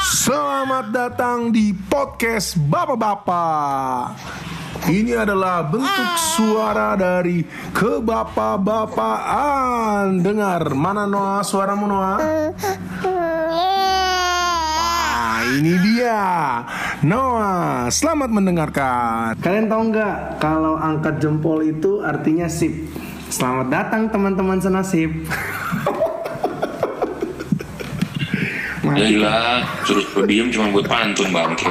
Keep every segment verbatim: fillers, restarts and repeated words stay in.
Selamat datang di podcast Bapak-Bapak. Ini adalah bentuk suara dari kebapak-bapaan. Dengar, mana Noah, suaramu Noah? Nah, ini dia Noah, selamat mendengarkan. Kalian tahu nggak kalau angkat jempol itu artinya sip? Selamat datang teman-teman senasib. Yalah, suruh diem cuma buat pantun bangke.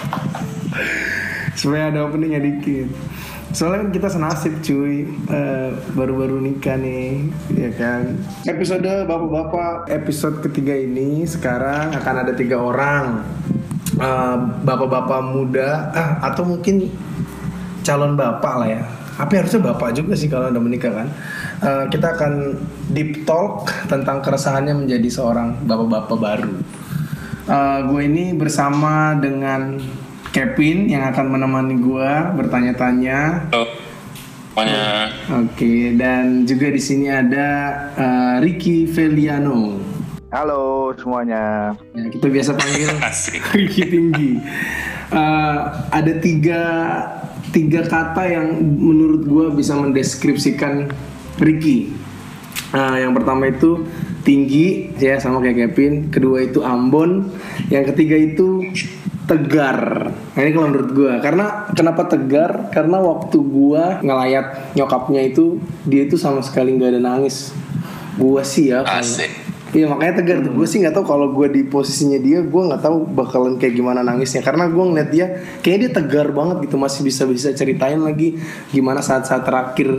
Supaya ada openingnya dikit. Soalnya kan kita senasib cuy, uh, baru-baru nikah nih, ya kan. Episode bapak-bapak, episode ketiga ini sekarang akan ada tiga orang, uh, bapak-bapak muda, ah, atau mungkin calon bapak lah ya. Tapi harusnya bapak juga sih kalau udah menikah kan. Uh, kita akan deep talk tentang keresahannya menjadi seorang bapak-bapak baru. Uh, gue ini bersama dengan Kevin yang akan menemani gue bertanya-tanya. Halo, semuanya. Oke, okay, dan juga di sini ada uh, Ricky Feliano. Halo semuanya. Ya, kita biasa panggil Ricky Tinggi. Uh, ada tiga tiga kata yang menurut gue bisa mendeskripsikan Ricky. Uh, yang pertama itu tinggi, ya sama kayak Kevin. Kedua itu Ambon. Yang ketiga itu tegar. Nah, ini kalau menurut gue. Karena kenapa tegar? Karena waktu gue ngelayat nyokapnya itu, dia itu sama sekali nggak ada nangis. Gue sih ya. Asik. Iya makanya tegar tuh. Gue sih nggak tahu kalau gue di posisinya dia, gue nggak tahu bakalan kayak gimana nangisnya. Karena gue ngeliat dia, kayaknya dia tegar banget gitu, masih bisa bisa ceritain lagi gimana saat-saat terakhir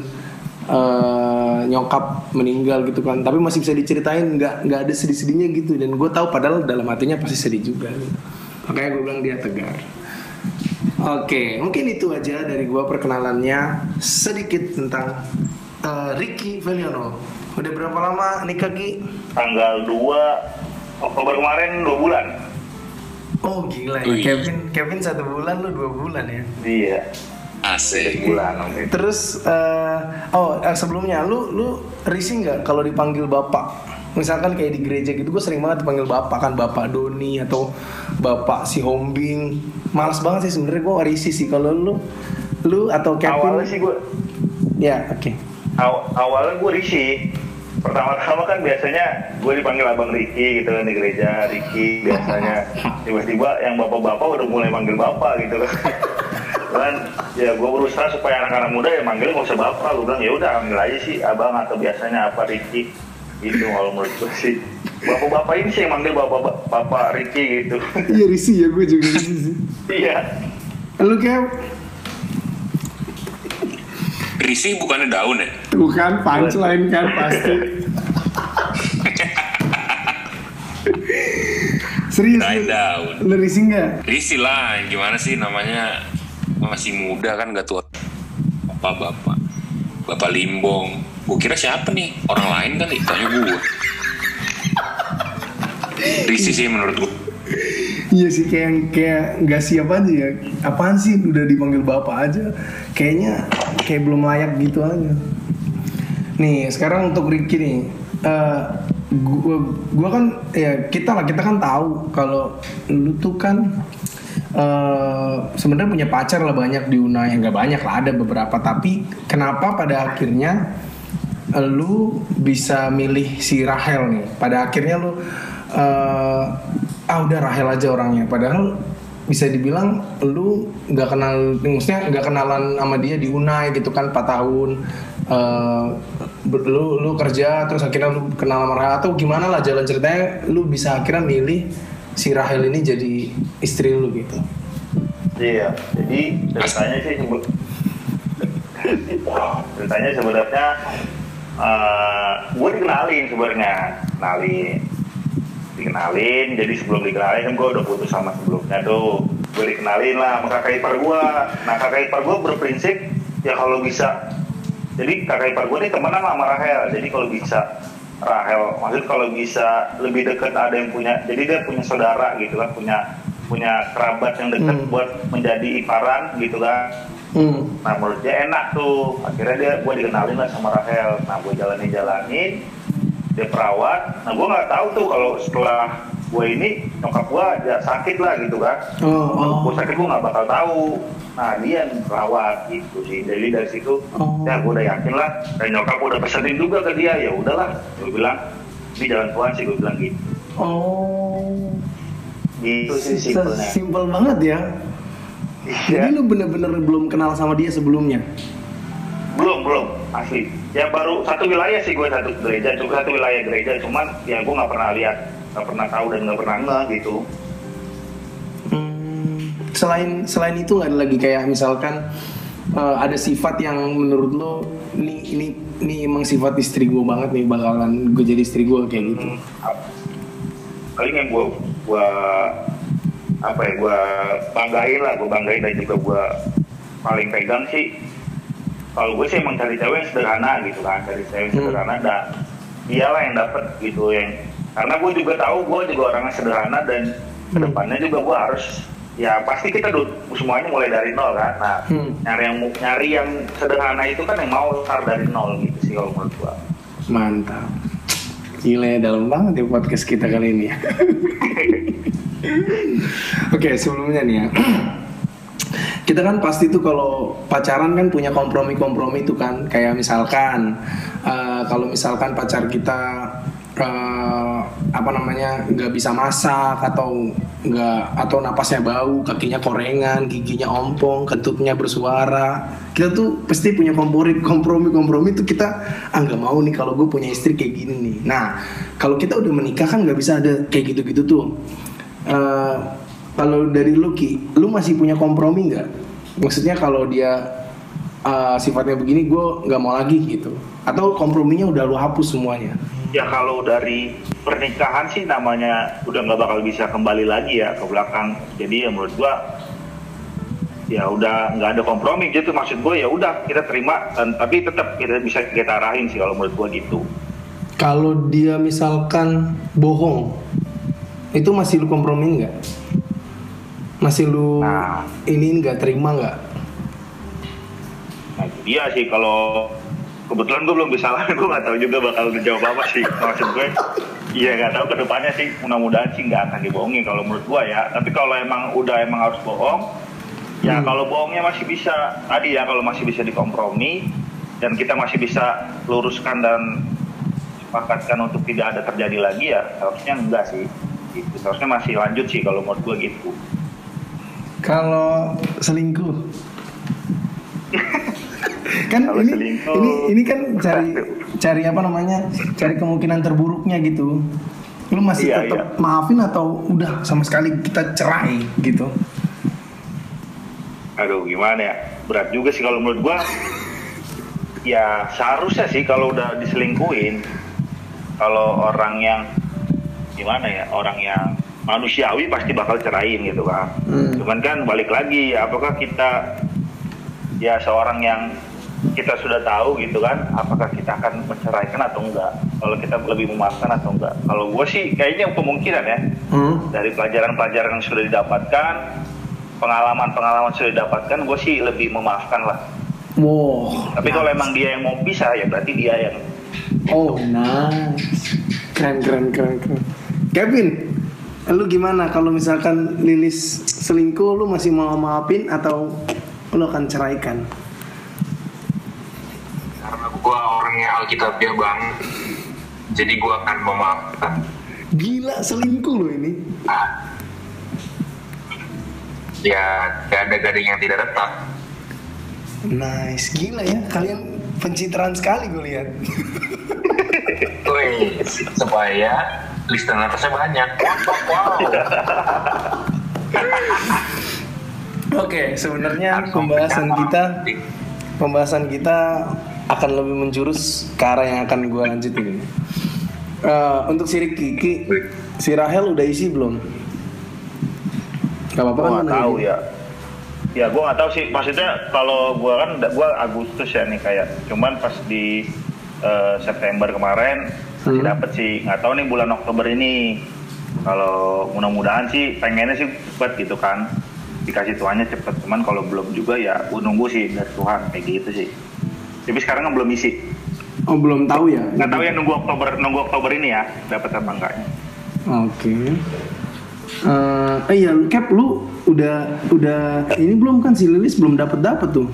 uh, nyokap meninggal gitu kan. Tapi masih bisa diceritain, nggak nggak ada sedih-sedihnya gitu. Dan gue tahu padahal dalam hatinya pasti sedih juga. Gitu. Makanya gue bilang dia tegar. Oke, mungkin itu aja dari gue perkenalannya sedikit tentang uh, Ricky Feliano. Udah berapa lama nikah Ki? Tanggal dua Oktober kemarin dua bulan. Oh gila ya. Kevin Kevin satu bulan, lu dua bulan ya? Iya. Asik. Bulan. Okay. Terus uh, oh uh, sebelumnya lu lu risih nggak kalau dipanggil bapak? Misalkan kayak di gereja gitu, gue sering banget dipanggil bapak kan, bapak Doni atau bapak si Hombing. Malas banget sih sebenarnya, gue risih sih kalau lu lu atau Kevin. Awalnya sih gue. Ya oke. Okay. Aw- awalnya gue risih. Pertama-tama kan biasanya gue dipanggil abang Ricky gitu kan di gereja, Ricky biasanya. Tiba-tiba yang bapak-bapak udah mulai manggil bapak gitu kan. Dan ya gue berusaha supaya anak-anak muda ya manggil nggak usah bapak. Gue bilang ya udah ambil aja sih abang atau biasanya apa Ricky. Gitu kalau menurut gue sih. Bapak-bapak ini sih yang manggil bapak bapak Ricky gitu. Iya risih ya, gue juga risih sih. Iya. Lu kayak Risih bukannya daun ya? bukan punchline kan pasti. Serius Kirain lu, daun. lu risih nggak? Risih lah, gimana sih namanya, masih muda kan, gak tua. Bapak-bapak, bapak Limbong. Gue kira siapa nih? Orang lain kan nih, tanya gue. Risih sih menurut gue. Iya sih, kayak kayak nggak siap aja ya. Apaan sih udah dipanggil bapak aja? Kayaknya kayak belum layak gitu aja. Nih sekarang untuk Ricky nih, uh, gua gua kan ya kita lah kita kan tahu kalau lu tuh kan uh, sebenarnya punya pacar lah banyak di Unai. Nggak banyak lah, ada beberapa. Tapi kenapa pada akhirnya uh, lu bisa milih si Rahel nih? Pada akhirnya lu uh, ah udah Rahel aja orangnya, padahal bisa dibilang lu nggak kenal, maksudnya nggak kenalan sama dia di Unai gitu kan empat tahun, uh, lu lu kerja terus akhirnya lu kenal sama Rahel atau gimana lah jalan ceritanya lu bisa akhirnya milih si Rahel ini jadi istri lu gitu. Iya, jadi ceritanya sih sebut ceritanya sebenarnya uh, gue dikenalin sebenarnya, kenalin. dikenalin jadi sebelum dikenalin kan gue udah putus sama sebelumnya tuh, gue dikenalin lah sama kakak ipar gue. Nah kakak ipar gue berprinsip ya kalau bisa, jadi kakak ipar gue nih temenan sama Rahel, jadi kalau bisa Rahel, maksud kalau bisa lebih dekat ada yang punya, jadi dia punya saudara gitu kan, punya punya kerabat yang dekat hmm. buat menjadi iparan gitu kan. hmm. Nah menurut dia enak tuh, akhirnya dia gue dikenalin lah sama Rahel. Nah gue jalanin jalanin dia perawat. Nah gue nggak tahu tuh kalau setelah gue ini nyokap gue ya sakit lah gitu kan. Oh, oh. Gue sakit gue nggak bakal tahu. Nah dia yang rawat gitu sih. Jadi dari situ Oh. ya gue udah yakin lah. Dan nyokap gue udah pesenin juga ke dia, ya udahlah. Gue bilang ini jalan Tuhan sih, gue bilang gitu. Oh. Gitu sih simpelnya. Simpel banget ya. Iya. Jadi lu bener-bener belum kenal sama dia sebelumnya? Belum, belum, asli. Ya baru satu wilayah sih gue, satu gereja, juga satu wilayah gereja, cuman ya gue nggak pernah lihat, nggak pernah tahu dan nggak pernah ngeh gitu. Hmm, selain selain itu nggak ada lagi kayak misalkan uh, ada sifat yang menurut lo ini ini ini emang sifat istri gue banget nih, bakalan gue jadi istri gue kayak gitu. Hmm, paling yang gue gue apa ya gue banggain lah, gue banggain dan juga gue paling pegang sih. Kalau gue sih emang cari cewek yang sederhana gitu kan, cari cewek yang sederhana dan dialah yang dapet gitu yang karena gue juga tahu gue juga orangnya sederhana dan kedepannya juga gue harus ya pasti kita dulu semuanya mulai dari nol kan. Nah Hmm. nyari yang nyari yang sederhana itu kan yang mau start dari nol gitu sih kalau menurut gue. Mantap. Gila, dalam banget ya podcast kita kali ini. Oke, sebelumnya nih ya. Kita kan pasti tuh kalau pacaran kan punya kompromi-kompromi itu kan, kayak misalkan uh, kalau misalkan pacar kita uh, apa namanya nggak bisa masak atau nggak atau napasnya bau, kakinya korengan, giginya ompong, kentutnya bersuara, kita tuh pasti punya kompromi kompromi-kompromi itu kita ah nggak mau nih kalau gue punya istri kayak gini nih. Nah kalau kita udah menikah kan nggak bisa ada kayak gitu-gitu tuh. Uh, Kalau dari lu Ki, lu masih punya kompromi nggak? Maksudnya kalau dia uh, sifatnya begini, gue nggak mau lagi gitu. Atau komprominya udah lu hapus semuanya? Ya kalau dari pernikahan sih namanya udah nggak bakal bisa kembali lagi ya ke belakang. Jadi ya menurut gua ya udah nggak ada kompromi gitu. Maksud gue ya udah kita terima, dan, tapi tetap kita bisa kita arahin sih kalau menurut gua gitu. Kalau dia misalkan bohong, itu masih lu kompromi nggak? Masih lu Nah. ini nggak terima nggak? Nah dia sih kalau kebetulan gue belum bisa lah, gue nggak tahu juga bakal dijawab apa sih. Maksud gue, iya nggak tahu kedepannya sih. Mudah-mudahan sih nggak akan dibohongin kalau menurut gue ya. Tapi kalau emang udah emang harus bohong, ya Hmm. kalau bohongnya masih bisa tadi ya, kalau masih bisa dikompromi dan kita masih bisa luruskan dan sepakatkan untuk tidak ada terjadi lagi ya, harusnya enggak sih. Gitu. Harusnya masih lanjut sih kalau menurut gue gitu. Kalau selingkuh, kan Kalau ini, selingkuh. ini ini kan cari cari apa namanya, cari kemungkinan terburuknya gitu. Lu masih Iya, tetap iya. maafin atau udah sama sekali kita cerai gitu? Aduh gimana ya, berat juga sih kalau menurut gua. Ya seharusnya sih kalau udah diselingkuhin, kalau orang yang gimana ya, orang yang manusiawi pasti bakal ceraiin gitu kan. Hmm. Cuman kan balik lagi, apakah kita ya seorang yang kita sudah tahu gitu kan, apakah kita akan menceraikan atau enggak? Kalau kita lebih memaafkan atau enggak? Kalau gue sih kayaknya kemungkinan ya, Hmm. dari pelajaran-pelajaran yang sudah didapatkan, pengalaman-pengalaman sudah didapatkan, gue sih lebih memaafkan lah. Wow. Tapi kalau emang dia yang mau pisah ya berarti dia yang Oh, nice. Keren, keren, keren, keren. Kevin, lu gimana kalau misalkan Lilis selingkuh, lu masih mau maafin atau lu akan ceraikan? Karena gue orangnya alkitabiah banget, jadi gue akan memaafkan. Gila, selingkuh lo ini. Ah. Ya gak ada gading yang tidak retak. Nice, gila ya. Kalian pencitraan sekali gue lihat. Wih, supaya listenersnya banyak. Wow. Oke, sebenarnya pembahasan kita pembahasan kita akan lebih menjurus ke arah yang akan gue lanjutin. Uh, untuk si Ricky, Ki, si Rahel udah isi belum? Gak apa-apa gue kan? nggak tahu ya. Ya gue nggak tahu sih. Maksudnya kalau gue kan gue Agustus ya nih kayak. Cuman pas di uh, September kemarin masih Hmm. dapet sih. Nggak tahu nih bulan Oktober ini. Kalau mudah-mudahan sih pengennya sih cepet gitu kan. Dikasih Tuhannya cepet. Cuman kalau belum juga ya gue nunggu sih dari Tuhan kayak gitu sih. Tapi sekarang kan belum isi. Oh, belum tahu ya? Nggak tahu ya nunggu Oktober nunggu Oktober ini ya dapat apa enggaknya. Oke. Eh, eh iya, lu Cap, lu udah udah ini belum kan si Lilis belum dapat dapat tuh.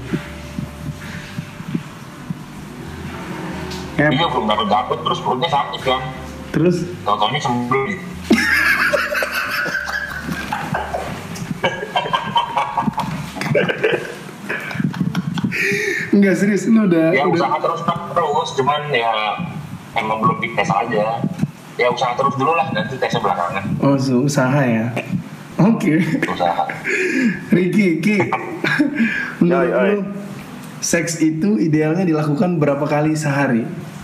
Cap. Iya belum dapet dapet terus perutnya sakit kan. Terus Tau-taunya sembuh. enggak serius lu udah Ya udah usaha terus terus, cuman ya emang belum dites aja. Ya usaha terus dulu lah, nanti tesnya belakangan. Oh, so, usaha ya. Oke. Usaha. Ricky, Ki. Menurut Yoi, yoi. lu seks itu idealnya dilakukan berapa kali sehari?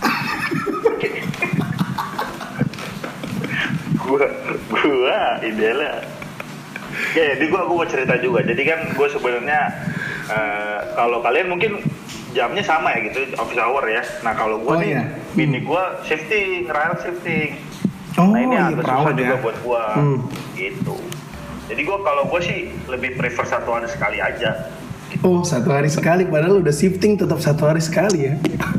gua gua idealnya ya jadi gua gua mau cerita juga. Jadi kan gua sebenarnya eh, kalau kalian mungkin jamnya sama ya gitu, office hour ya. Nah kalau gua Oh, nih iya. bini gua shifting, rel shifting. Oh, Nah ini iya, agak perawat susah juga ya. buat gua Hmm. gitu. Jadi gua kalau gua sih lebih prefer satu hari sekali aja. Oh, satu hari sekali, padahal udah shifting tetap satu hari sekali ya.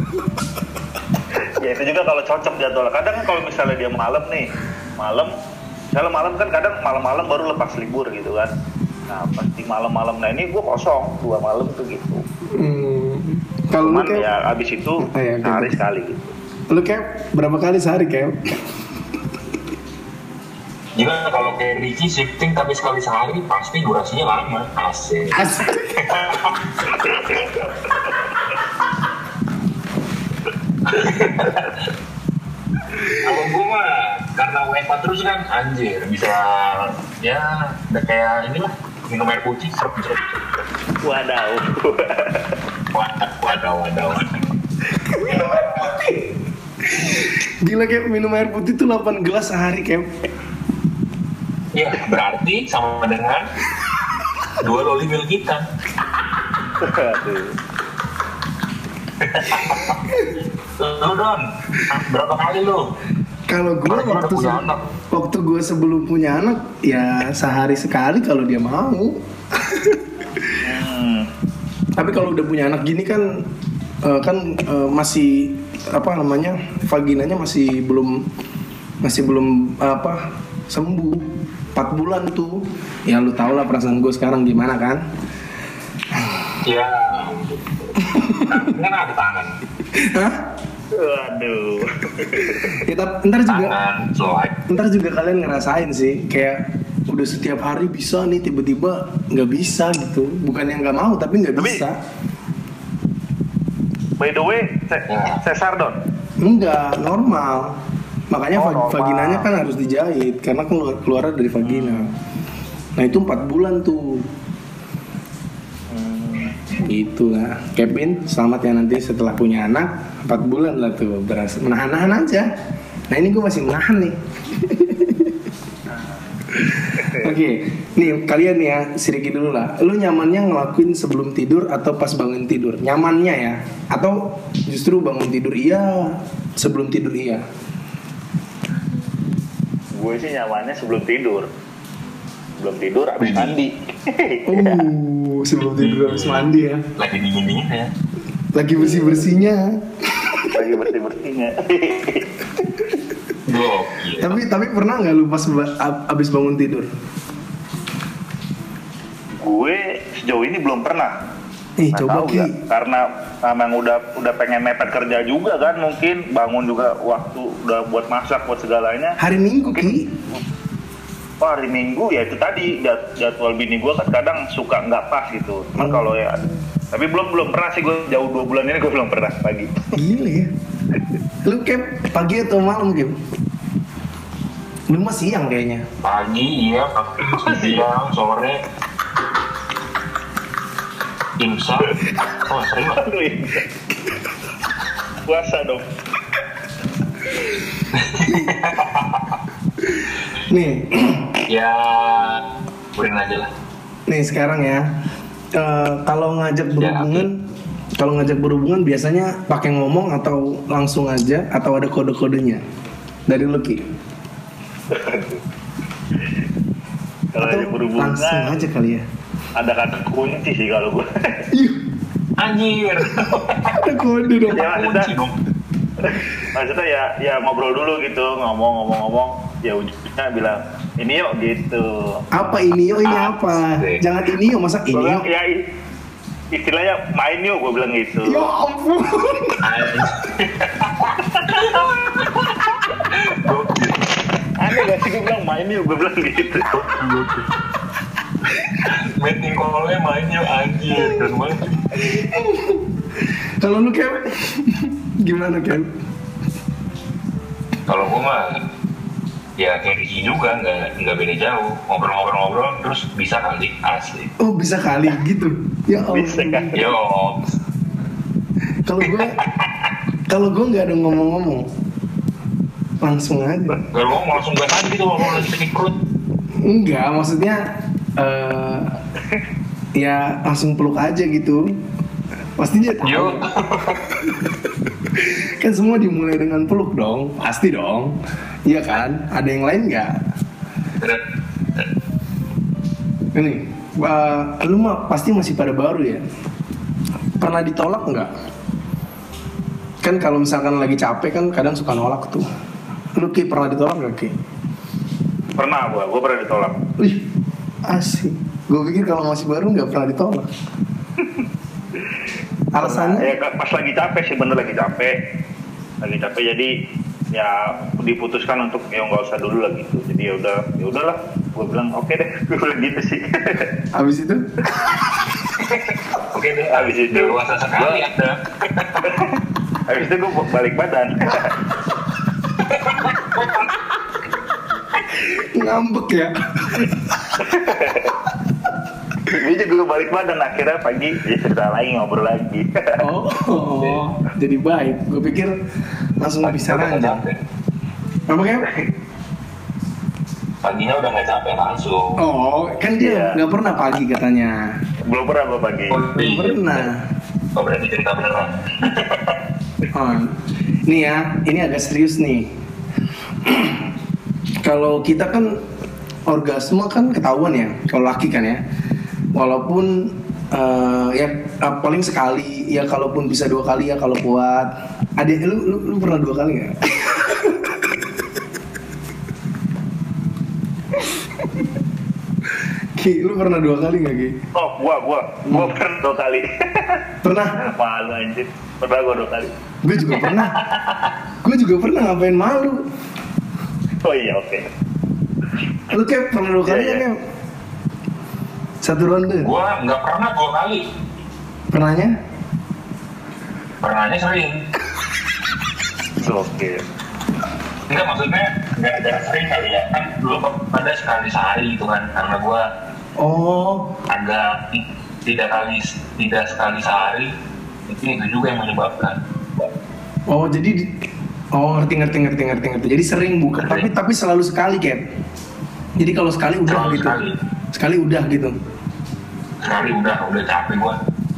Ya itu juga kalau cocok jadwal. Kadang kalau misalnya dia malam nih, malam, misalnya malam kan kadang malam-malam baru lepas libur gitu kan. Nah pasti malam-malam, nah ini gue kosong dua malam tuh gitu. Hmm. Kalau lu Cuman Cap, ya abis itu Oh, iya, sehari gitu. sekali gitu. lu Cap berapa kali sehari Cap? Gimana kalau kayak Ricky shifting tapi sekali sehari pasti durasinya lama. Asik. Asik. Kalau gue mah karena W F H terus kan anjir bisa ya udah kayak inilah minum air putih serap serap. Wadaw. Wadah wadah wadah wadah. Gila Cap, minum air putih tuh delapan gelas sehari Cap. Ya berarti sama dengan dua loli milk kita. Aduh. Lu Don, berapa kali lu? Kalau gue Kalau gua waktu udah punya se- anak. waktu gue sebelum punya anak ya sehari sekali kalau dia mau. Hmm. Tapi kalau udah punya anak gini kan eh, kan eh, masih apa namanya vaginanya masih belum masih belum apa sembuh empat bulan tuh. Ya lu tau lah perasaan gue sekarang gimana kan? Ya, kan ada tangan, Hah? Waduh. Ya, tapi ntar juga tangan, slide. ntar juga kalian ngerasain sih kayak udah setiap hari bisa nih tiba-tiba nggak bisa gitu. Bukan yang nggak mau tapi nggak Tapi- bisa. By the way, se- Ya. sesar Don. Enggak, normal. Makanya Oh, vag- normal. vaginanya kan harus dijahit karena keluar keluar dari vagina. Nah itu empat bulan tuh. Gitu lah. Kevin, selamat ya nanti setelah punya anak empat bulan lah tuh berasa menahan-nahan aja. Nah ini gue masih menahan nih. Oke, nih kalian ya, si Ricky dulu lah. Lu nyamannya ngelakuin sebelum tidur atau pas bangun tidur? Nyamannya ya? Atau justru bangun tidur iya, sebelum tidur iya? Gue sih nyamannya sebelum tidur. Sebelum tidur abis mandi. Oh, sebelum tidur habis mandi ya. Lagi dingin-dingin ya. Lagi bersih-bersihnya. Lagi bersih-bersihnya. Gokil. Tapi tapi pernah nggak lu pas ba- ab- abis bangun tidur? Gue sejauh ini belum pernah. Ih, Nggak coba tahu Ki. ya, karena emang udah udah pengen mepet kerja juga kan, mungkin bangun juga waktu udah buat masak buat segalanya. Hari Minggu Mungkin- Ki. Wah, hari Minggu ya itu tadi jad- jadwal bini gue kan kadang suka nggak pas gitu. Cuman Hmm. kalau ya, tapi belum belum pernah sih gue jauh dua bulan ini gue belum pernah pagi. Gila ya. Lu Cap pagi atau malam Cap? Lu mah siang kayaknya. Pagi iya, siang, sore, imsak. Oh sering lah. Aduh, iya. Puasa dong. Nih, Ya, urin aja lah. nih sekarang ya. eh, kalau ngajak berhubungan, kalau ngajak berhubungan biasanya pakai ngomong atau langsung aja atau ada kode-kodenya dari lu Ki? Kalau Atau ada berhubungan langsung aja kali ya? ada kata kunci sih kalau gue. Ih, Anjir. ada kode dong. Ya maksudnya, Kunci dong. maksudnya ya ya ngobrol dulu gitu, ngomong-ngomong-ngomong. ya ujungnya bilang ini yuk gitu. Apa ini yo ini apa? Asik. Jangan ini yo, masa Gue ini yo? bilang ya i- istilahnya main yuk, gue bilang gitu. Ya ampun. Aneh gak sih, gue bilang main yuk, gue bilang gitu. Meeting call-nya main yuk anjir. Dan banget. Kalau lu Kev, gimana Kev? Kalau gue mah ya kayak Ricky juga, nggak nggak beda jauh, ngobrol-ngobrol-ngobrol terus bisa kali asli. Oh bisa kali gitu. Ya ampun. Bisa kan? Yo, Kalau gue, kalau gue nggak ada ngomong-ngomong, langsung aja. kalau ngomong langsung gue tadi gitu, kalau lagi sakit perut. Enggak, maksudnya eh ya langsung peluk aja gitu. Pasti dia tahu. Yo, Kan semua dimulai dengan peluk dong, pasti dong. Iya kan? Ada yang lain nggak? Ini, uh, lu mah pasti masih pada baru ya. Pernah ditolak nggak? Kan kalau misalkan lagi capek kan kadang suka nolak tuh. Lu Ki pernah ditolak nggak Ki? Pernah gue, gue pernah ditolak. Wih, asik. Gue pikir kalau masih baru nggak pernah ditolak. Alasannya? Ya pas lagi capek sih, bener lagi capek. Lagi capek jadi ya diputuskan untuk ya nggak usah dulu lah gitu. Jadi ya udah, ya udahlah. Gue bilang oke deh, gue bilang gitu sih. Habis itu? oke deh, Habis itu, dewasa sekali ada. habis itu gue balik badan. Ngambek ya? Dia juga balik badan, akhirnya pagi dia cerita lagi, ngobrol lagi. Oh, oh, jadi baik. Gue pikir langsung bisa Udah nggak lanjut. capek. Apa Kev? Paginya udah nggak capek langsung. Oh, kan dia Iya. nggak pernah pagi katanya. Belum pernah gue pagi. Belum pernah. Oh berarti cerita beneran. Oh, nih ya, ini agak serius nih. Kalau kita kan orgasme kan ketahuan ya, kalau laki kan ya. Walaupun eh, ya eh, paling sekali, ya kalaupun bisa dua kali ya kalau kuat. Adik lu, lu, lu pernah dua kali nggak? Ki, lu pernah dua kali nggak Ki? Oh, gua, gua, gua pernah dua kali. Pernah? Malu anjir. Pernah gua dua kali. Gue juga pernah. Gue juga pernah, ngapain malu? Oh iya, oke. Lu Kev pernah dua kali Iya, ya iya. Kev? Satu ronde? Gua nggak pernah dua kali. Pernahnya? Pernahnya sering. Oke. Enggak, maksudnya nggak ada sering kali ya. Kan dulu pada sekali sehari gitu kan. Karena gua Oh, agak ti- tidak kali tidak sekali sehari. Mungkin itu juga yang menyebabkan. oh jadi di- oh ngerti ngerti ngerti ngerti ngerti. Jadi sering bukan, tapi Sering. tapi selalu sekali Kev. Jadi kalau sekali udah Selalu gitu. sekali. Sekali udah gitu. Sekali udah udah capek gua.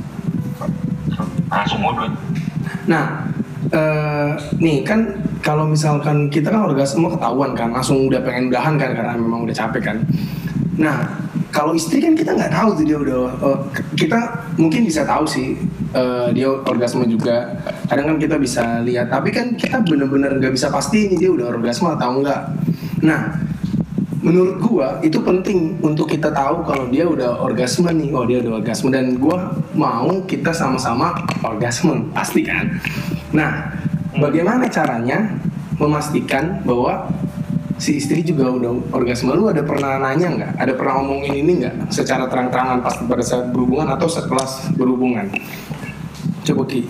Langsung mundur. Nah, eh, nih kan kalau misalkan kita kan orgasme ketahuan kan, langsung udah pengen udahan kan karena memang udah capek kan. Nah, kalau istri kan kita nggak tahu tuh dia udah, eh, kita mungkin bisa tahu sih eh, dia orgasme juga. Kadang kan kita bisa lihat, tapi kan kita bener-bener nggak bisa pasti ini dia udah orgasme atau enggak. Nah, menurut gua itu penting untuk kita tahu kalau dia udah orgasme nih, oh dia udah orgasme, dan gua mau kita sama-sama orgasme, pasti kan. Nah, bagaimana caranya memastikan bahwa si istri juga udah orgasme? Lu ada pernah nanya nggak? Ada pernah ngomongin ini nggak? Secara terang-terangan pas pada saat berhubungan atau setelah berhubungan? Coba Ki.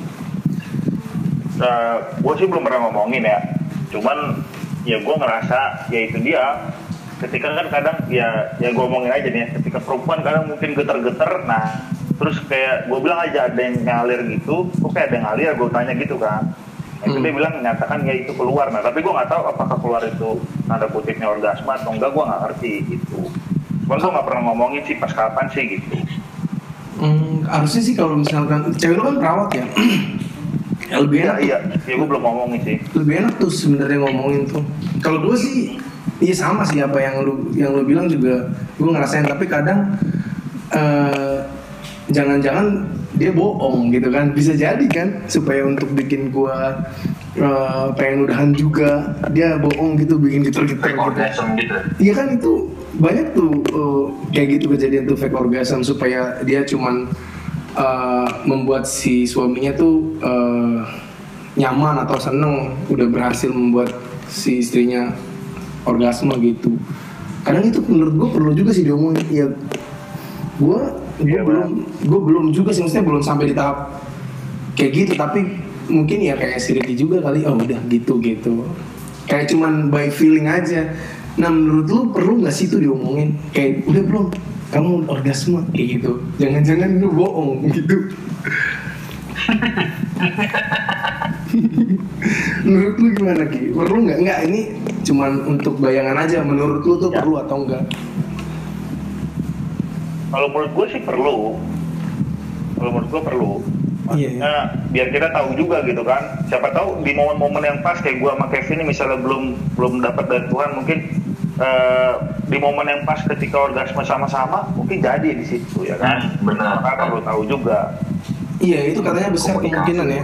Uh, gue sih belum pernah ngomongin ya. Cuman ya gue ngerasa ya itu dia. Ketika kan kadang ya ya gue ngomongin aja nih. Ya, ketika perempuan kadang mungkin geter-geter. Nah terus kayak gue bilang aja ada yang ngalir gitu. Kok kayak ada yang ngalir? Gue tanya gitu kan. Nah, itu Hmm. dia bilang nyatakan ya itu keluar. Nah tapi gue nggak tahu apakah keluar itu tanda kutipnya orgasme atau enggak. Gue nggak ngerti gitu. Cuman gue nggak pernah ngomongin sih pas kapan sih gitu. Hmm, harusnya sih kalau misalkan cewek lu kan perawat ya. Ya, lebih Iya enak. iya. Ya gue belum ngomongin sih. Lebih enak tuh sebenarnya ngomongin tuh. Kalau gue sih, iya sama sih apa yang lu yang lu bilang juga gue ngerasain. Tapi kadang eh, jangan-jangan dia bohong gitu kan, bisa jadi kan, supaya untuk bikin gue eh, pengen udahan juga, dia bohong gitu, bikin gitar-gitar Fake gitu. orgasm gitu. Iya kan itu banyak tuh eh, kayak gitu kejadian tuh fake orgasm supaya dia cuman eh, membuat si suaminya tuh eh, nyaman atau seneng udah berhasil membuat si istrinya orgasme gitu. Kadang itu menurut gue perlu juga sih diomongin. Ya gue gue Iya, belum gue belum juga sih, maksudnya belum sampai di tahap kayak gitu, tapi mungkin ya kayak si Ricky juga kali, oh udah gitu gitu kayak cuman by feeling aja. Nah menurut lu perlu nggak sih itu diomongin kayak udah belum kamu orgasme kayak gitu, jangan-jangan lu bohong gitu. Menurut lu gimana Ki? Perlu nggak? Nggak, ini cuman untuk bayangan aja, menurut lu tuh Ya. perlu atau enggak? Kalau menurut gue sih perlu. Kalau menurut gue perlu. Iya. Maksudnya biar kita tahu juga gitu kan. Siapa tahu di momen-momen yang pas kayak gue sama Kevin ini misalnya belum belum dapat dari Tuhan, mungkin eh, di momen yang pas ketika orgasme sama-sama mungkin jadi di situ ya kan. Hmm, benar. Maka perlu tahu juga. Iya itu katanya besar Komunikasi. kemungkinan ya.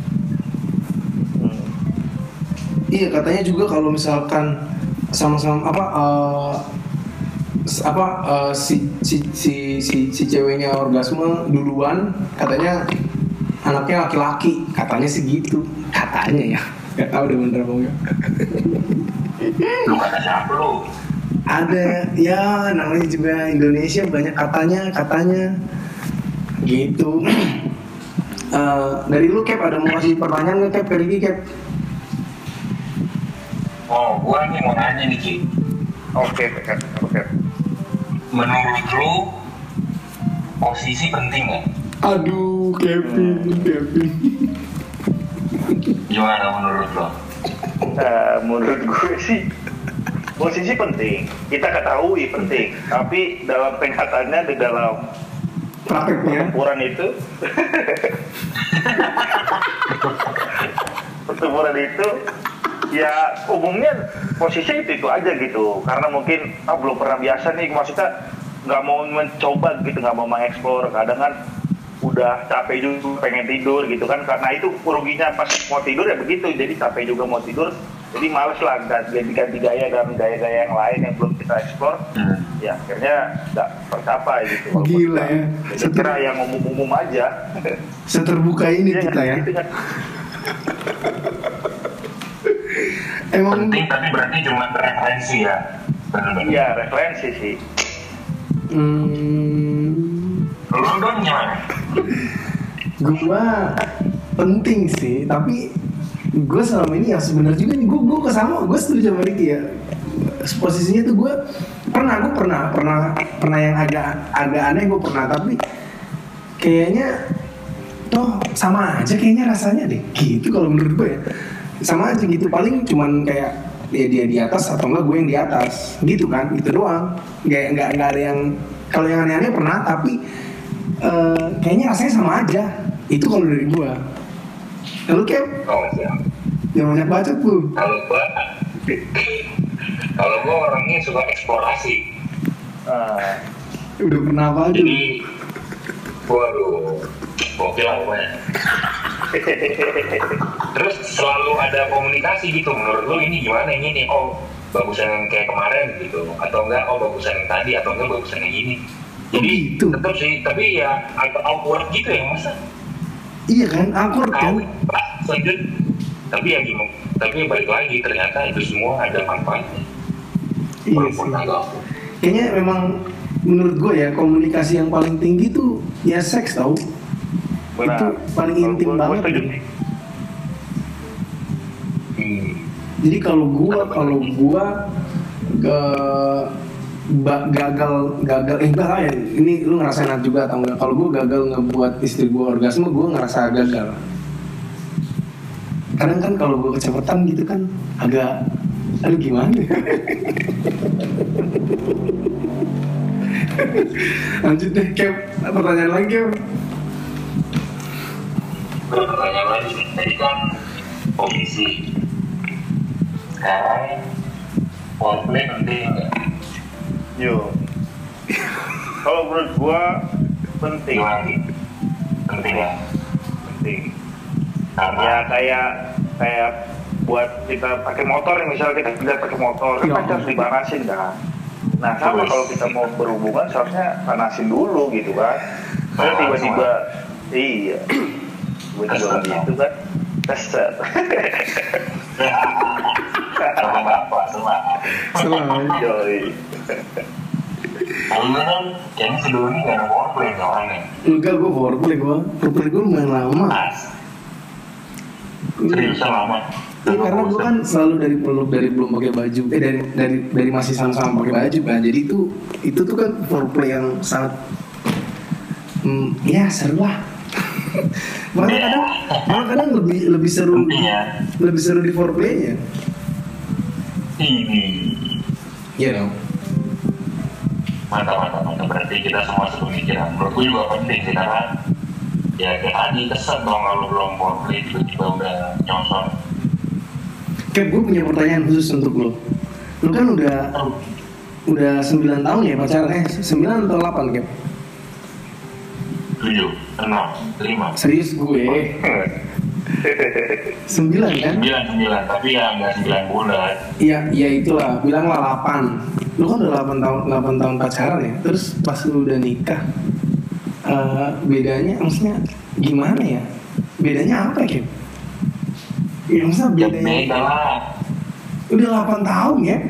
Hmm. Iya katanya juga kalau misalkan sama-sama apa eh, s- apa eh, si, si si si si ceweknya orgasme duluan, katanya anaknya laki-laki, katanya sih gitu, katanya ya, nggak tahu deh bener apa enggak. Lu kata siapa lu? Ada ya namanya juga Indonesia banyak katanya katanya gitu. Eh, dari lu Cap ada mau kasih pertanyaan nggak Cap ke Ricky Cap? Oh, gua nih mau nanya nih Ki. Oke, oke, oke. Menurut lu posisi penting nggak? Aduh Kevin Kevin. Gimana menurut lo? Eh, menurut gue sih posisi penting, kita ketahui penting, tapi dalam tingkatannya di dalam Prakteknya pertempuran itu pertempuran itu ya umumnya posisi itu itu aja gitu, karena mungkin ah, belum pernah biasa nih, maksudnya nggak mau mencoba gitu, nggak mau mengeksplor, kadang kan udah capek juga pengen tidur gitu kan, karena itu ruginya pas mau tidur ya begitu, jadi capek juga mau tidur, jadi males lah ganti-ganti gaya dan gaya-gaya yang lain yang belum kita eksplor. Hmm. Ya akhirnya nggak tercapai gitu. Walaupun Gila kita- ya. Jadi kira yang umum-umum aja. seterbuka ini Iya, kita ya. gitu kan. Emang Penting tapi berarti cuma referensi ya. Benar-benar. Iya referensi sih. hmm, Lu dong gimana? gua penting sih, tapi gue selama ini yang sebenarnya juga nih gue gue kesama gue setuju sama Ricky ya. Posisinya tuh gue pernah gue pernah pernah pernah yang agak agak aneh, gue pernah, tapi kayaknya toh sama aja kayaknya rasanya deh gitu kalau menurut gue ya, sama aja gitu, paling cuman kayak dia dia di atas atau enggak gue yang di atas gitu kan, itu doang, nggak nggak nggak ada yang, kalau yang aneh-aneh pernah, tapi eh, kayaknya rasanya sama aja itu kalau dari gue. Lalu Cap, Oh iya. yang banyak baca tuh. Kalau gua, kalau gua orangnya suka eksplorasi. Ah, Udah pernah apa aja? Jadi, waduh, gokil lah pokoknya. Terus selalu ada komunikasi gitu. Menurut lu ini gimana ini nih? Oh, bagusan yang kayak kemarin gitu, atau enggak? Oh, bagusan yang tadi, atau enggak bagusan yang ini. Jadi Oh, gitu. tetap sih, tapi ya agak awkward gitu ya masa. Iya kan, awkward kan? Kawin, Pak, lanjut. Tapi ya gimana? Tapi balik lagi ternyata itu semua ada manfaatnya. Iya Walaupun sih. agak awkward. Kayaknya memang menurut gue ya komunikasi yang paling tinggi tuh ya seks tau. benar. Itu paling Kalau intim gua- gua banget. setuju gitu. sih. Hmm. Jadi kalau gua kalau gua ke ba- gagal gagal eh enggak lah ya, ini lu ngerasain juga atau enggak? Kalau gua gagal ngebuat istri gua orgasme, gua ngerasa gagal. Kadang kan kalau gua kecepatan gitu kan agak, aduh gimana? Lanjut deh, Kev. Pertanyaan lagi, Kev. Pertanyaan lagi, tadi kan komisi. Sekarang foreplay penting nggak? Yo. Kalau menurut gua penting, Gimana nih? Penting ya. penting. Karena Ya kayak kayak buat kita pakai motor nih, misalnya kita tidak pakai motor kan Ya. pasti harus dipanasin kan. Nah sama kalau kita mau berhubungan seharusnya panasin dulu gitu kan. Terus tiba-tiba iya tiba-tiba gitu kan keset. Sama bapak semua. Selalu. Yoi. Kalau lu kan kayaknya sebelum ini gak ada foreplay nih orangnya. Enggak, gue foreplay gue. Foreplay gue lumayan lama. Mas, seriusan lama. Iya karena gue kan selalu dari peluk dari belum pakai baju, eh dari dari dari masih sama-sama pakai baju kan. Jadi itu itu tuh kan foreplay yang sangat, hmm, ya seru lah. malah kadang malah kadang lebih lebih seru Penting ya. lebih seru di foreplaynya. Ini Iya dong. mantap mantap mantap. Berarti kita semua satu pikiran. Menurutku juga penting sih karena ya kayak tadi kesan dong kalau belum foreplay tiba-tiba udah nyosor. Kayak gue punya pertanyaan khusus untuk lo. Lo kan udah udah sembilan tahun ya pacaran, eh sembilan atau delapan Cap? Tujuh, enam, lima. Serius gue sembilan kan? Sembilan, sembilan, tapi ya nggak sembilan bulan. Iya, iya itulah, bilanglah delapan. Lu kan udah delapan tahun delapan tahun pacaran ya. Terus pas lu udah nikah, eh, bedanya maksudnya gimana ya? Bedanya apa ya, Cap? Ya maksudnya Ya bedanya beda lah. udah delapan tahun ya?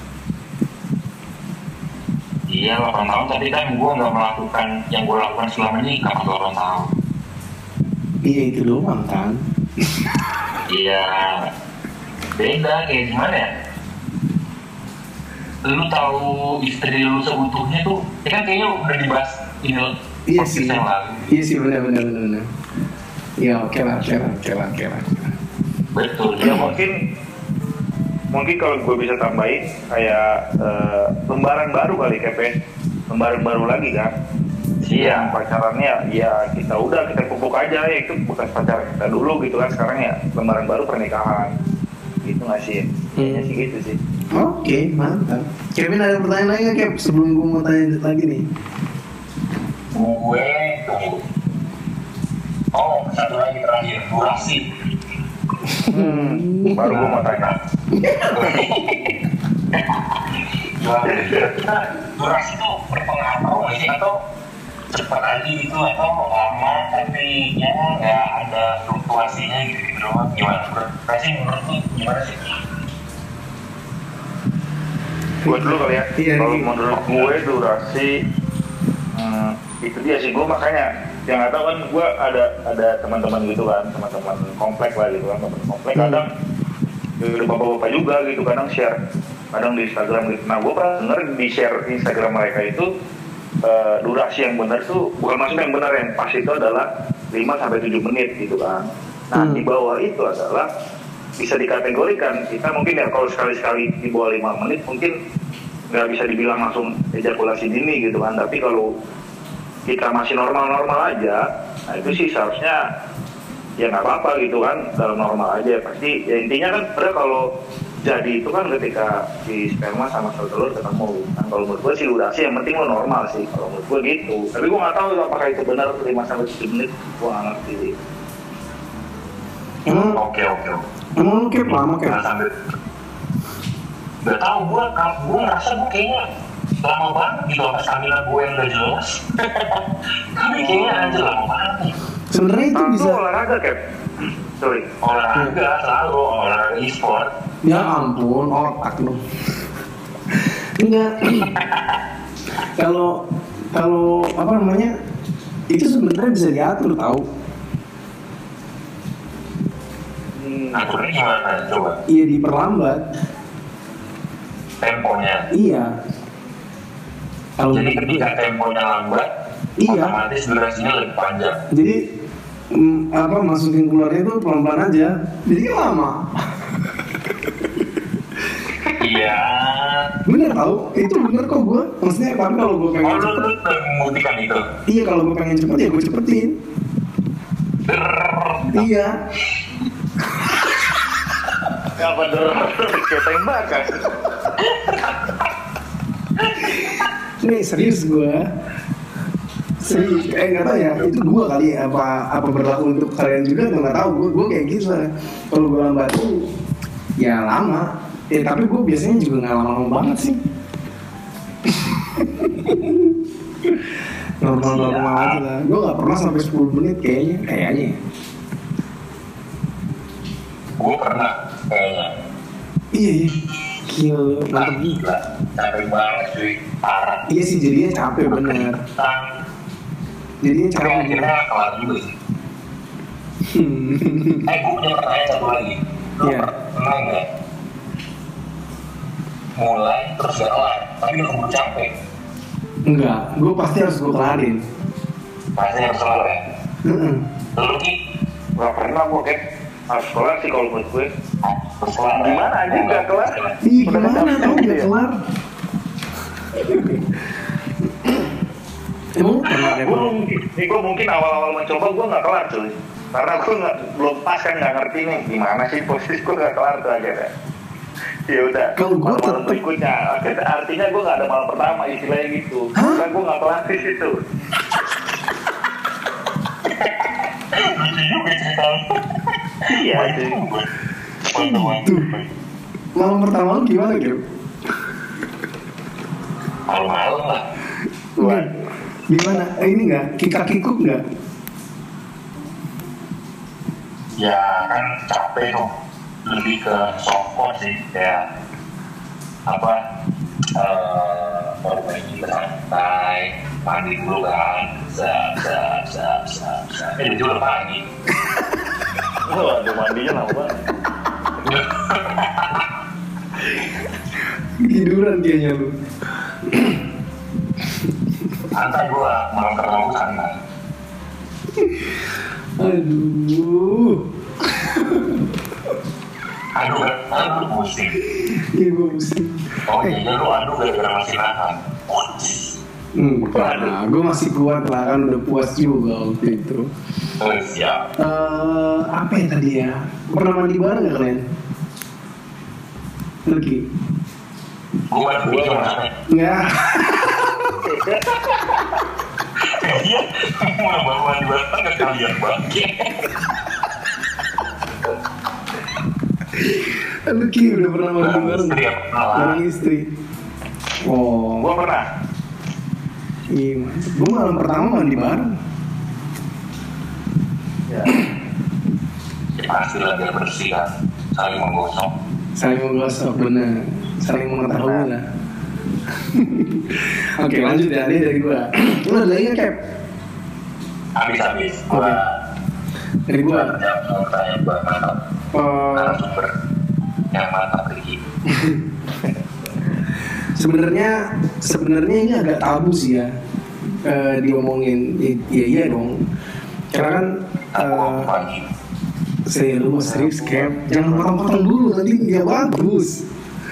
Iya, delapan tahun, tapi kan gue nggak melakukan yang gue lakukan selama nikah delapan tahun. Iya itu doang kan? Iya, beda kayak gimana ya? Lu tahu istri lu seutuhnya tuh, ya kan kayaknya udah dibahas ini Iya podcast sih, yang lalu. iya sih benar benar benar benar. Ya oke lah, oke lah, oke lah, oke lah. Betul. Ya mungkin mungkin kalau gue bisa tambahin kayak eh, lembaran baru kali Kepe, lembaran baru lagi kan. Iya, pacarannya ya kita udah kita pupuk aja ya, itu bukan pacaran kita dulu gitu kan, sekarang ya lembaran baru pernikahan. Gitu nggak sih? Kayaknya sih gitu sih. Oke, mantap. Kevin ada pertanyaan lagi nggak, Kev? Sebelum gue mau tanya lagi nih. Gue tunggu. Oh, satu lagi terakhir, durasi. Hmm, baru gue mau tanya. Gimana? Durasi itu berpengaruh nggak sih atau cepat aja gitu atau lama tapi ya nggak ada fluktuasinya gitu gitu doang? Gimana? Durasi menurut lu gimana sih? Gue dulu kali ya. Iya, Kalau Ricky. menurut gue durasi hmm, itu dia sih, gue makanya yang nggak tahu kan, gue ada ada teman-teman gitu kan, teman-teman komplek lah gitu kan, teman komplek Hmm. kadang dari bapak-bapak juga gitu kadang share, kadang di Instagram gitu. Nah gue pernah denger di share Instagram mereka itu eh, durasi yang benar tuh bukan, maksudnya yang benar yang pas itu adalah lima sampai tujuh menit gitu kan. Nah Hmm. di bawah itu adalah bisa dikategorikan kita mungkin ya kalau sekali-sekali di bawah lima menit mungkin nggak bisa dibilang langsung ejakulasi dini gitu kan, tapi kalau kita masih normal-normal aja, nah itu sih seharusnya ya nggak apa-apa gitu kan, dalam normal aja pasti ya, intinya kan pada kalau jadi itu kan ketika si sperma sama sel telur ketemu. Nah kalau menurut gue sih durasi yang penting lo normal sih kalau menurut gue gitu, tapi gue nggak tahu apakah itu benar lima sampai tujuh menit, gue nggak ngerti. Emang, Oke oke. emang lu Kev lama Kev? Nah, sambil nggak tahu gue, gue ngerasa gue kayaknya lama banget gitu apa stamina gue yang udah jelas. Tapi kayaknya aja lama banget nih. Sebenarnya itu Nah, bisa. itu olahraga Cap, sorry. Olahraga selalu olahraga e-sport. Ya ampun, otak lu. Enggak. Kalau kalau apa namanya? Itu sebenarnya bisa diatur tahu. Hmm, Aturnya gimana coba? Iya diperlambat. Temponya. Iya. Kalau Jadi menurut gue. ketika temponya lambat, Iya. otomatis durasinya lebih panjang. Jadi mm, apa masukin keluarnya itu pelan-pelan aja. Jadi kan lama. Iya. Bener tau, itu bener kok gue. Maksudnya tapi kalau gue Oh pengen lu cepet, lu udah membuktikan itu. iya kalau gue pengen cepet ya gue cepetin. Drrrr. Iya. apa dulu kayak tembakan. Nih serius gue. Serius, eh nggak tahu ya, itu gue kali ya, apa apa berlaku untuk kalian juga atau nggak tahu. Gue gue kayak gitu soalnya. Kalau gue lambat tuh ya lama. Eh tapi gue biasanya juga nggak lama-lama banget sih. Normal-normal aja lah. Gue nggak pernah sampai sepuluh menit kayaknya, kayaknya. Gue pernah kayaknya. Iya iya. Gila, mantep. Gila, capek banget cuy, parah. Iya sih jadinya capek bener. Jadinya Tapi capek. akhirnya kelar juga sih. Hmm. Eh, gue punya pertanyaan satu lagi. Lu Iya. pernah nggak mulai terus gak kelar, tapi lu keburu capek? Enggak, gue pasti harus gue kelarin. Pasti harus kelar ya. Heeh. Lu Ki, Gak pernah gue kayak harus kelar sih kalau buat gue. harus kelar. ya? Gimana aja nggak kelar? Ih Udah gimana capek tau gitu gak ya? kelar? Emang lu pernah Gue emang? mungkin, nih gue mungkin awal-awal mencoba gue nggak kelar cuy. Karena gue nggak belum pas kan nggak ngerti nih gimana sih posisi gue nggak kelar tuh akhirnya. Ya udah. Kalau gue malam tetep- berikutnya, akhirnya artinya gue nggak ada malam pertama istilahnya gitu. Hah? Karena gue nggak kelar di situ. Lucu juga cerita lu. Iya cuy. Tuh. Malam pertama lu gimana Gil? Malu-malu lah. Enggak. Gimana? Eh, ini enggak? Kikak-kikuk enggak? Ya kan capek tuh, lebih ke softcore sih, kayak apa, eh baru lagi bersantai, mandi dulu kan, za za za za za, eh itu udah pagi. Wah, ada mandinya lama banget. Tiduran kayaknya lu. Santai gua, malam pertama gua santai. Aduh. Aduh, aduh pusing. Iya gue pusing. Oh iya, lu aduh gara-gara masih nahan. Enggak lah, gue masih kuat lah kan udah puas juga waktu itu. Oh siap. Eh, apa ya tadi ya? Pernah mandi bareng gak kalian? Lagi? Gua baru pikir mana? Enggak. Iya, mau bawa di batang nggak kalian bangke. Lu Ki udah pernah mandi bareng? Istri ya, pernah lah. Bareng istri. Oh, Gue pernah. iya. Gue malam pertama mandi bareng. Ya. Ya pasti lah biar bersih kan, saling menggosok. Saling menggosok, bener. Saling mengetahui lah. Oke lanjut ya, ini dari gua. Lu ada lagi nggak, Cap? Habis-habis, Oke. gua Dari gua. jawab mau tanya gua mantap, eh, narasumber yang mantap Ricky. Sebenarnya sebenarnya ini agak tabu sih ya, eh, diomongin. I- Iya iya dong. Karena kan Aku eh, pagi. saya lu serius Cap, jangan potong-potong dulu nanti nggak bagus.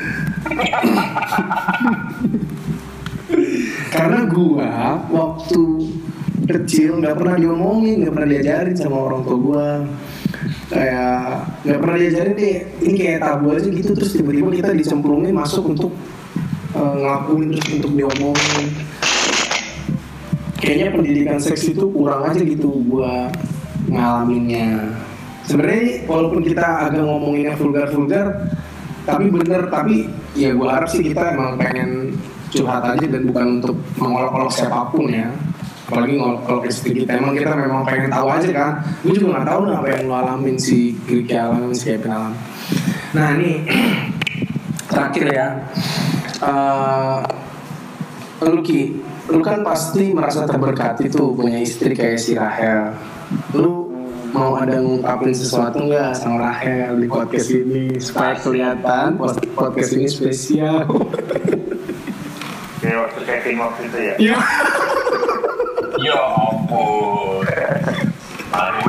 Karena gua waktu kecil nggak pernah diomongin, nggak pernah diajarin sama orang tua gua, kayak nggak pernah diajarin deh, ini kayak tabu aja gitu, terus tiba-tiba kita dicemplungin masuk untuk eh, ngelakuin terus untuk diomongin. Kayaknya pendidikan seks itu kurang aja gitu gua ngalaminnya. Sebenarnya walaupun kita agak ngomonginnya vulgar-vulgar, tapi bener, tapi ya gue harap sih kita emang pengen curhat aja dan bukan untuk mengolok-olok siapapun ya, apalagi ngolok-olok istri kita. Emang kita memang pengen tahu aja kan. Gue juga nggak tahu nih apa yang lo alamin, si Kiki alamin, si Kevin alamin. Nah ini terakhir ya, uh, lu Ki, lu kan pasti merasa terberkati tuh punya istri kayak si Rahel. Lu mau ada ngungkapin sesuatu nggak sama Rahel di podcast ini supaya kelihatan pod- podcast ini spesial? Kayak waktu Kevin waktu itu ya. Iya. Ya ampun. Malu.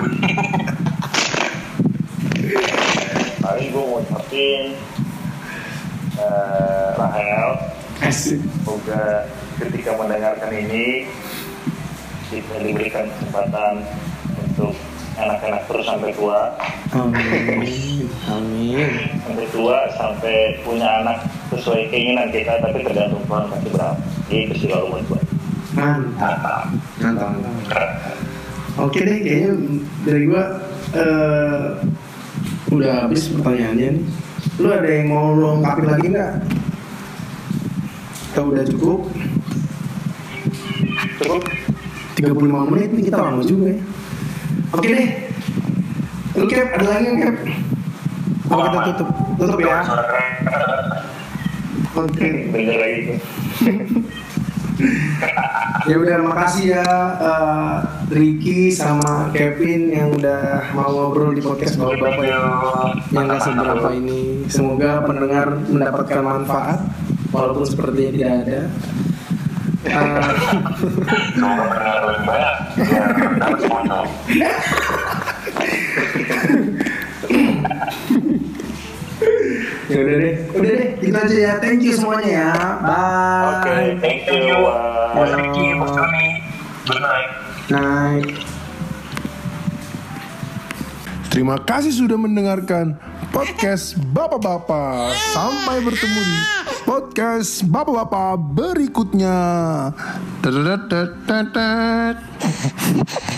Paling gue mau ucapin eh, Rahel, Asik. semoga ketika mendengarkan ini kita diberikan kesempatan untuk anak-anak terus sampai tua, Amin. Amin. sampai tua sampai punya anak sesuai keinginan kita, tapi tergantung Tuhan kasih berapa. Itu sih kalau buat gue. Mantap. Mantap. Mantap, mantap. Oke deh, kayaknya dari gua uh, udah habis pertanyaannya nih. Lu ada yang mau lu ungkapin lagi nggak? Atau udah cukup? Cukup. tiga puluh lima menit nih, kita lama juga ya. Oke deh. Lu Cap, ada lagi yang Cap? Apa kita tutup? Tutup ya. Oke. Bener lagi tuh. Ya udah, makasih ya uh, Ricky sama Kevin yang udah mau ngobrol di podcast Bapak-Bapak yang yang gak seberapa ini. Semoga pendengar mendapatkan manfaat walaupun sepertinya tidak ada. Uh, Semoga pendengar lebih banyak. Ya, dapat sponsor. ya udah deh, udah deh, gitu aja ya. Thank you semuanya ya. Bye. Oke, okay, thank you. Bos Ricky, Bos Tony. Good night. Night. Terima kasih sudah mendengarkan podcast Bapak-Bapak. Sampai bertemu di podcast Bapak-Bapak berikutnya. Dadadadadadad.